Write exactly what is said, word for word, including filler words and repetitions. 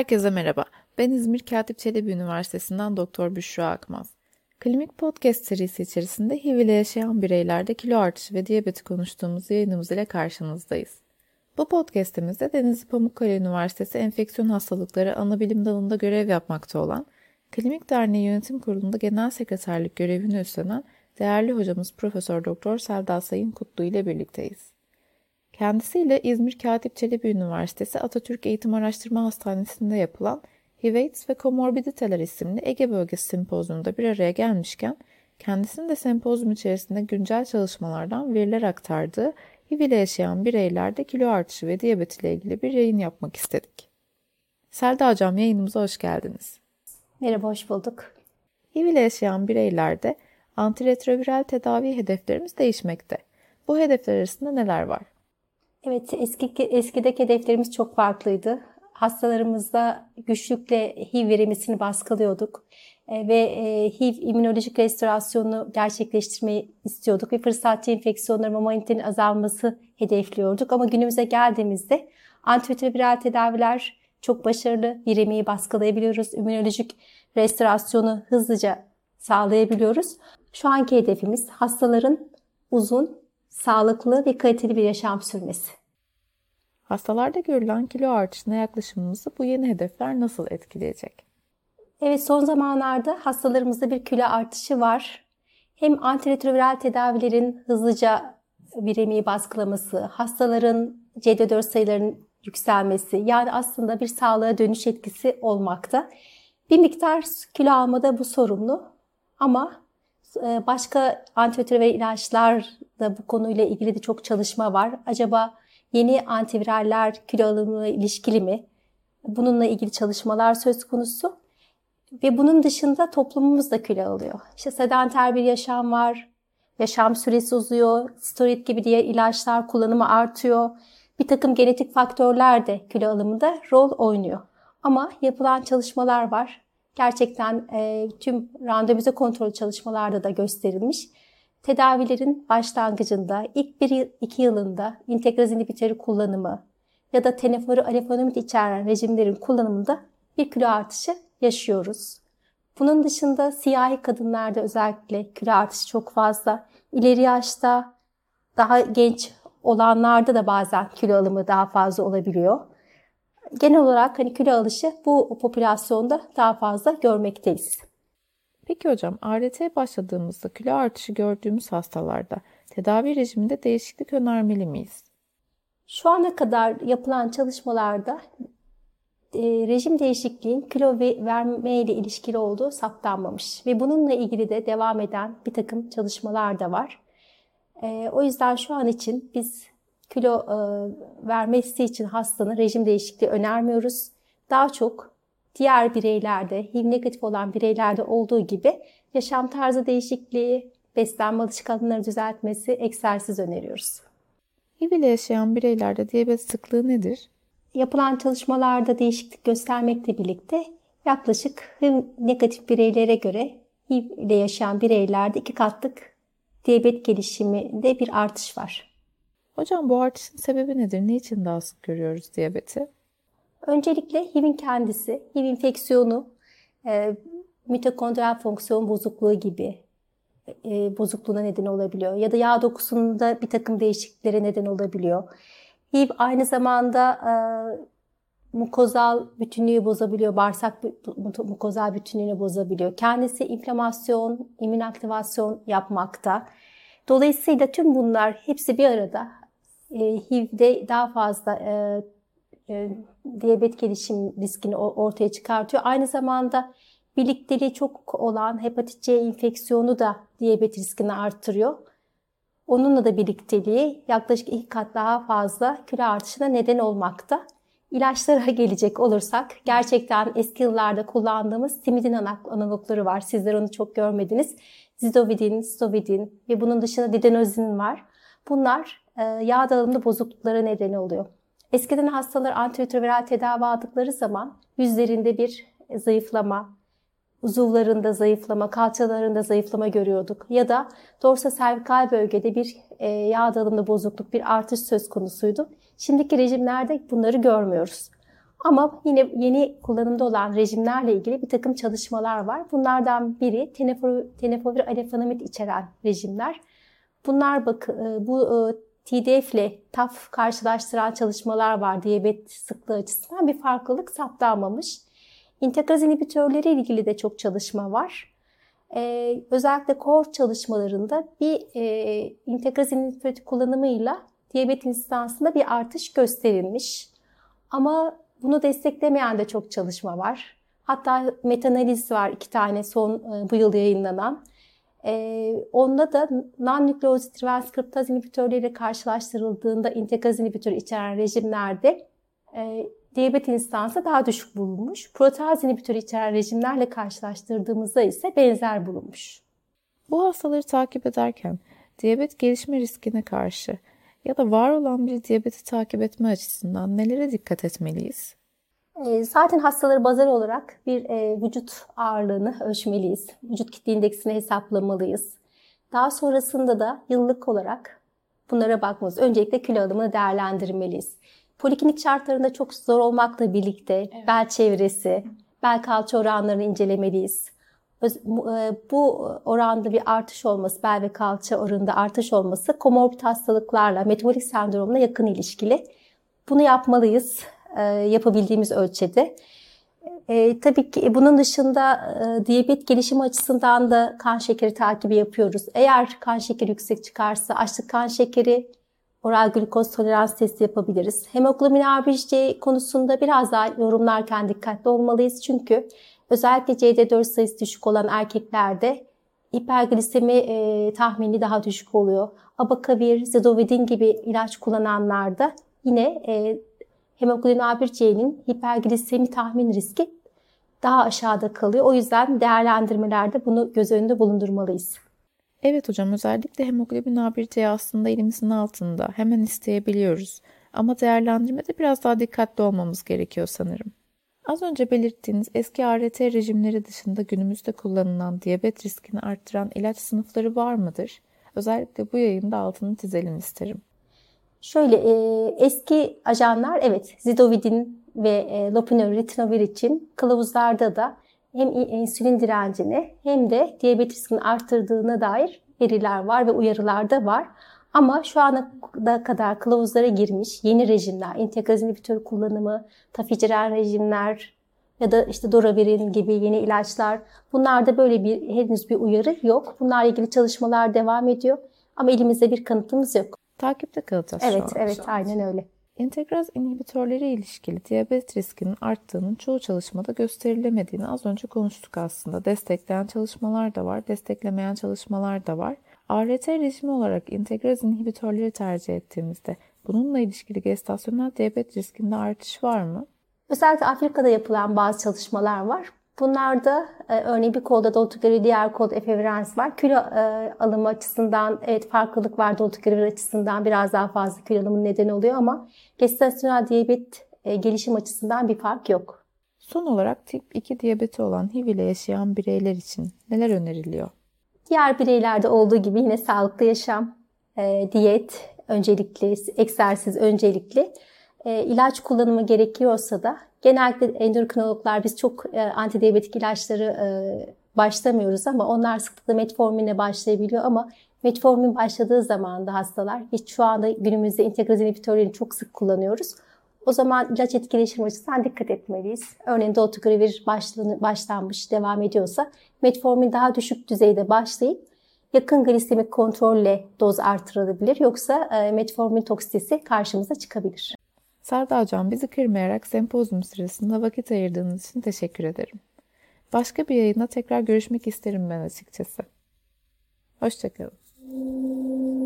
Herkese merhaba. Ben İzmir Katip Çelebi Üniversitesi'nden Doktor Büşra Akmaz. Klinik Podcast serisi içerisinde H I V ile yaşayan bireylerde kilo artışı ve diyabeti konuştuğumuz yayınımız ile karşınızdayız. Bu podcastimizde Denizli Pamukkale Üniversitesi Enfeksiyon Hastalıkları Anabilim Dalı'nda görev yapmakta olan, Klinik Derneği Yönetim Kurulu'nda genel sekreterlik görevini üstlenen değerli hocamız Profesör Doktor Selda Sayın Kutlu ile birlikteyiz. Kendisiyle İzmir Katip Çelebi Üniversitesi Atatürk Eğitim Araştırma Hastanesi'nde yapılan H I V AIDS ve Komorbiditeler isimli Ege Bölgesi Sempozyum'da bir araya gelmişken, kendisinin de sempozyum içerisinde güncel çalışmalardan veriler aktardığı H I V ile yaşayan bireylerde kilo artışı ve diyabet ile ilgili bir yayın yapmak istedik. Selda Hocam, yayınımıza hoş geldiniz. Merhaba, hoş bulduk. H I V ile yaşayan bireylerde antiretroviral tedavi hedeflerimiz değişmekte. Bu hedefler arasında neler var? Evet, eski eskideki hedeflerimiz çok farklıydı. Hastalarımızda güçlükle H I V verimlisini baskılıyorduk ve H I V immünolojik restorasyonunu gerçekleştirmeyi istiyorduk ve fırsatçı enfeksiyonların ve malignitenin azalması hedefliyorduk. Ama günümüze geldiğimizde antiretroviral tedaviler çok başarılı, viremiyi baskılayabiliyoruz, immünolojik restorasyonu hızlıca sağlayabiliyoruz. Şu anki hedefimiz hastaların uzun, sağlıklı ve kaliteli bir yaşam sürmesi. Hastalarda görülen kilo artışına yaklaşımımızı bu yeni hedefler nasıl etkileyecek? Evet, son zamanlarda hastalarımızda bir kilo artışı var. Hem antiretroviral tedavilerin hızlıca viremiyi baskılaması, hastaların C D dört sayılarının yükselmesi, yani aslında bir sağlığa dönüş etkisi olmakta. Bir miktar kilo almada bu sorumlu ama başka antiretroviral ilaçlar da bu konuyla ilgili de çok çalışma var. Acaba yeni antiviraller kilo alımına ilişkili mi? Bununla ilgili çalışmalar söz konusu. Ve bunun dışında toplumumuz da kilo alıyor. İşte sedanter bir yaşam var, yaşam süresi uzuyor, steroid gibi diğer ilaçlar kullanımı artıyor. Bir takım genetik faktörler de kilo alımında rol oynuyor. Ama yapılan çalışmalar var. Gerçekten e, tüm randomize kontrol çalışmalarda da gösterilmiş. Tedavilerin başlangıcında ilk bir iki yılında integraz inhibitörü kullanımı ya da tenofovir alafenamid içeren rejimlerin kullanımında bir kilo artışı yaşıyoruz. Bunun dışında siyahi kadınlarda özellikle kilo artışı çok fazla. İleri yaşta daha genç olanlarda da bazen kilo alımı daha fazla olabiliyor. Genel olarak hani kilo alışı bu popülasyonda daha fazla görmekteyiz. Peki hocam, A R T'ye başladığımızda kilo artışı gördüğümüz hastalarda tedavi rejiminde değişiklik önermeli miyiz? Şu ana kadar yapılan çalışmalarda e, rejim değişikliğin kilo verme ile ilişkili olduğu saptanmamış. Ve bununla ilgili de devam eden bir takım çalışmalar da var. E, o yüzden şu an için biz kilo e, vermesi için hastanın rejim değişikliği önermiyoruz. Daha çok diğer bireylerde, H I V negatif olan bireylerde olduğu gibi yaşam tarzı değişikliği, beslenme alışkanlıkları düzeltmesi, egzersiz öneriyoruz. H I V ile yaşayan bireylerde diyabet sıklığı nedir? Yapılan çalışmalarda değişiklik göstermekle birlikte yaklaşık H I V negatif bireylere göre H I V ile yaşayan bireylerde iki katlık diyabet gelişiminde bir artış var. Hocam, bu artışın sebebi nedir? Niçin daha sık görüyoruz diyabeti? Öncelikle H I V'in kendisi, H I V infeksiyonu, e, mitokondriyal fonksiyon bozukluğu gibi e, bozukluğuna neden olabiliyor. Ya da yağ dokusunda bir takım değişikliklere neden olabiliyor. H I V aynı zamanda e, mukozal bütünlüğü bozabiliyor, bağırsak mukozal bütünlüğünü bozabiliyor. Kendisi inflamasyon, immün aktivasyon yapmakta. Dolayısıyla tüm bunlar hepsi bir arada e, H I V'de daha fazla e, e, diyabet gelişim riskini ortaya çıkartıyor. Aynı zamanda birlikteliği çok olan hepatit C enfeksiyonu da diyabet riskini arttırıyor. Onunla da birlikteliği yaklaşık iki kat daha fazla kilo artışına neden olmakta. İlaçlara gelecek olursak gerçekten eski yıllarda kullandığımız timidin analogları var. Sizler onu çok görmediniz. Zidovudin, stovidin ve bunun dışında didenozin var. Bunlar e, yağ dağılımında bozukluklara neden oluyor. Eskiden hastalar antiretroviral tedavi aldıkları zaman yüzlerinde bir zayıflama, uzuvlarında zayıflama, kalçalarında zayıflama görüyorduk. Ya da dorsoservikal bölgede bir e, yağ dağılımında bozukluk, bir artış söz konusuydu. Şimdiki rejimlerde bunları görmüyoruz. Ama yine yeni kullanımda olan rejimlerle ilgili bir takım çalışmalar var. Bunlardan biri tenofovir alafenamid içeren rejimler. Bunlar bak, bu T D F ile T A F karşılaştıran çalışmalar var. Diyabet sıklığı açısından bir farklılık saptanmamış. İntegraz inhibitörleri ile ilgili de çok çalışma var. Ee, özellikle kohort çalışmalarında bir e, integraz inhibitör kullanımıyla diyabet insidansında bir artış gösterilmiş. Ama bunu desteklemeyen de çok çalışma var. Hatta metanaliz var, iki tane son e, bu yıl yayınlanan. E, onda da non-nükleosit transkriptaz inhibitörleriyle karşılaştırıldığında integraz inhibitörü içeren rejimlerde e, diyabet insidansı daha düşük bulunmuş. Proteaz inhibitörü içeren rejimlerle karşılaştırdığımızda ise benzer bulunmuş. Bu hastaları takip ederken diyabet gelişme riskine karşı ya da var olan bir diyabeti takip etme açısından nelere dikkat etmeliyiz? Zaten hastaları bazal olarak bir vücut ağırlığını ölçmeliyiz. Vücut kitle indeksini hesaplamalıyız. Daha sonrasında da yıllık olarak bunlara bakmalıyız. Öncelikle kilo alımını değerlendirmeliyiz. Poliklinik şartlarında çok zor olmakla birlikte evet. Bel çevresi, bel kalça oranlarını incelemeliyiz. Bu oranda bir artış olması, bel ve kalça oranında artış olması komorbid hastalıklarla, metabolik sendromla yakın ilişkili. Bunu yapmalıyız yapabildiğimiz ölçüde. E, tabii ki bunun dışında e, diyabet gelişimi açısından da kan şekeri takibi yapıyoruz. Eğer kan şekeri yüksek çıkarsa açlık kan şekeri, oral glikoz tolerans testi yapabiliriz. Hemoglobin A bir C konusunda biraz daha yorumlarken dikkatli olmalıyız. Çünkü özellikle C D dört sayısı düşük olan erkeklerde hiperglisemi e, tahmini daha düşük oluyor. Abakavir, zidovudin gibi ilaç kullananlarda yine e, hemoglobin A bir C'nin hiperglisemi tahmin riski daha aşağıda kalıyor. O yüzden değerlendirmelerde bunu göz önünde bulundurmalıyız. Evet hocam, özellikle hemoglobin A bir C aslında elimizin altında. Hemen isteyebiliyoruz. Ama değerlendirmede biraz daha dikkatli olmamız gerekiyor sanırım. Az önce belirttiğiniz eski A R T rejimleri dışında günümüzde kullanılan diyabet riskini arttıran ilaç sınıfları var mıdır? Özellikle bu yayında altını çizelim isterim. Şöyle eski ajanlar evet zidovudin ve lopinavir, ritonavir için kılavuzlarda da hem insülin direncini hem de diyabet riskini arttırdığına dair veriler var ve uyarılar da var. Ama şu ana kadar kılavuzlara girmiş yeni rejimler, integraz inhibitör kullanımı, taficiren rejimler ya da işte doravirin gibi yeni ilaçlar, bunlarda böyle bir henüz bir uyarı yok. Bunlarla ilgili çalışmalar devam ediyor ama elimizde bir kanıtımız yok. Takipte kalacağız evet, şu an. Evet, evet, aynen öyle. İntegraz inhibitörleri ilişkili diyabet riskinin arttığının çoğu çalışmada gösterilemediğini az önce konuştuk aslında. Destekleyen çalışmalar da var, desteklemeyen çalışmalar da var. A R T rejimi olarak integraz inhibitörleri tercih ettiğimizde bununla ilişkili gestasyonel diyabet riskinde artış var mı? Özellikle Afrika'da yapılan bazı çalışmalar var. Bunlarda e, örneğin bir kolda dolutegravir, diğer kolda efavirenz var. Kilo e, alımı açısından evet farklılık var, dolutegravir açısından biraz daha fazla kilo alımının nedeni oluyor ama gestasyonel diyabet e, gelişim açısından bir fark yok. Son olarak tip iki diyabeti olan H I V ile yaşayan bireyler için neler öneriliyor? Diğer bireylerde olduğu gibi yine sağlıklı yaşam, e, diyet öncelikli, egzersiz öncelikli. E, ilaç kullanımı gerekiyorsa da genellikle endokrinologlar biz çok e, antidiyabetik ilaçları e, başlamıyoruz ama onlar sıklıkla metforminle başlayabiliyor ama metformin başladığı zaman da hastalar hiç şu anda günümüzde integraz inhibitörlerini çok sık kullanıyoruz. O zaman ilaç etkileşim açısından dikkat etmeliyiz. Örneğin dolutegravir başlanmış, devam ediyorsa metformin daha düşük düzeyde başlayıp yakın glisemik kontrolle doz artırılabilir. Yoksa e, metformin toksitesi karşımıza çıkabilir. Selda Hocam, bizi kırmayarak sempozyum sırasında vakit ayırdığınız için teşekkür ederim. Başka bir yayında tekrar görüşmek isterim ben açıkçası. Hoşça kalın.